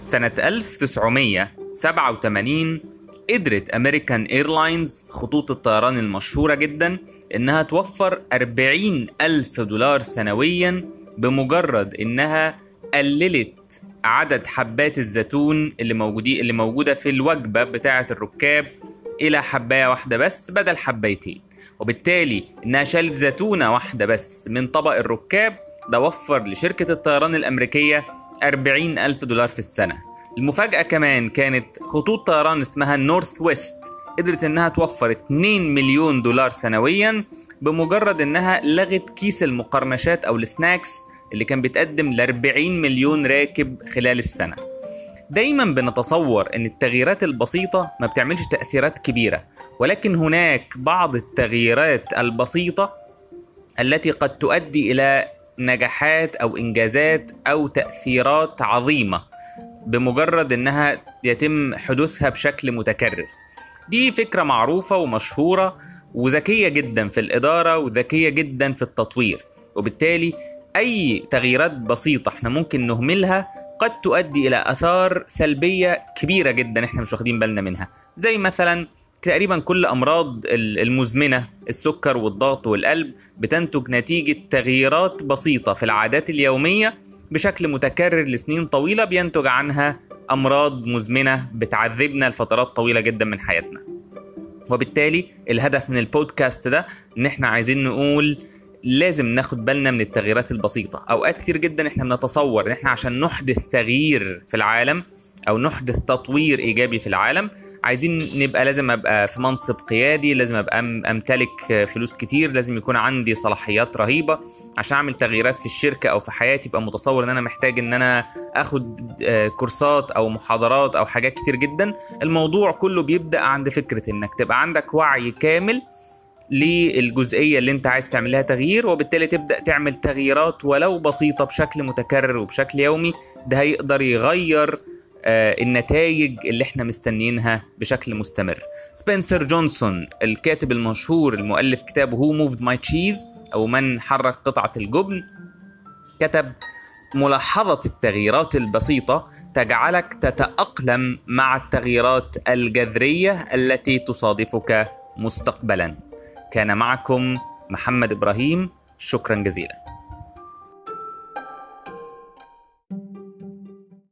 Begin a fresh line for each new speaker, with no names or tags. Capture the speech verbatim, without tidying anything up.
سنة ألف وتسعمية وسبعة وثمانين قدرت أمريكان إيرلاينز، خطوط الطيران المشهورة جدا، إنها توفر أربعين ألف دولار سنويا بمجرد إنها قللت عدد حبات الزيتون اللي موجودين اللي موجودة في الوجبة بتاعة الركاب إلى حباية واحدة بس بدل حبايتين. وبالتالي إنها شالت زيتونة واحدة بس من طبق الركاب، ده وفر لشركة الطيران الأمريكية أربعين ألف دولار في السنة. المفاجأة كمان كانت خطوط طيران اسمها نورث ويست قدرت إنها توفر اتنين مليون دولار سنويا بمجرد إنها لغت كيس المقرمشات أو السناكس اللي كان بيتقدم ل أربعين مليون راكب خلال السنة. دايما بنتصور ان التغييرات البسيطة ما بتعملش تأثيرات كبيرة، ولكن هناك بعض التغييرات البسيطة التي قد تؤدي الى نجاحات او انجازات او تأثيرات عظيمة بمجرد انها يتم حدوثها بشكل متكرر. دي فكرة معروفة ومشهورة وذكية جدا في الإدارة وذكية جدا في التطوير، وبالتالي أي تغييرات بسيطة احنا ممكن نهملها قد تؤدي إلى آثار سلبية كبيرة جدا احنا مش واخدين بالنا منها، زي مثلا تقريبا كل أمراض المزمنة، السكر والضغط والقلب، بتنتج نتيجة تغييرات بسيطة في العادات اليومية بشكل متكرر لسنين طويلة، بينتج عنها أمراض مزمنة بتعذبنا لفترات طويلة جدا من حياتنا. وبالتالي الهدف من البودكاست ده ان احنا عايزين نقول لازم ناخد بالنا من التغييرات البسيطة. أوقات كتير جدا احنا بنتصور ان احنا عشان نحدث تغيير في العالم أو نحدث تطوير إيجابي في العالم عايزين نبقى لازم أبقى في منصب قيادي، لازم أبقى أمتلك فلوس كتير، لازم يكون عندي صلاحيات رهيبة عشان أعمل تغييرات في الشركة أو في حياتي. يبقى متصور ان أنا محتاج ان أنا أخد كورسات أو محاضرات أو حاجات كتير جدا. الموضوع كله بيبدأ عند فكرة انك تبقى عندك وعي كامل للجزئية اللي انت عايز تعملها تغيير، وبالتالي تبدأ تعمل تغييرات ولو بسيطة بشكل متكرر وبشكل يومي. ده هيقدر يغير آه النتائج اللي احنا مستنيينها بشكل مستمر. سبنسر جونسون الكاتب المشهور المؤلف كتابه Who Moved My Cheese أو من حرك قطعة الجبن كتب: ملاحظة التغييرات البسيطة تجعلك تتأقلم مع التغييرات الجذرية التي تصادفك مستقبلا. كان معكم محمد إبراهيم، شكرا جزيلا.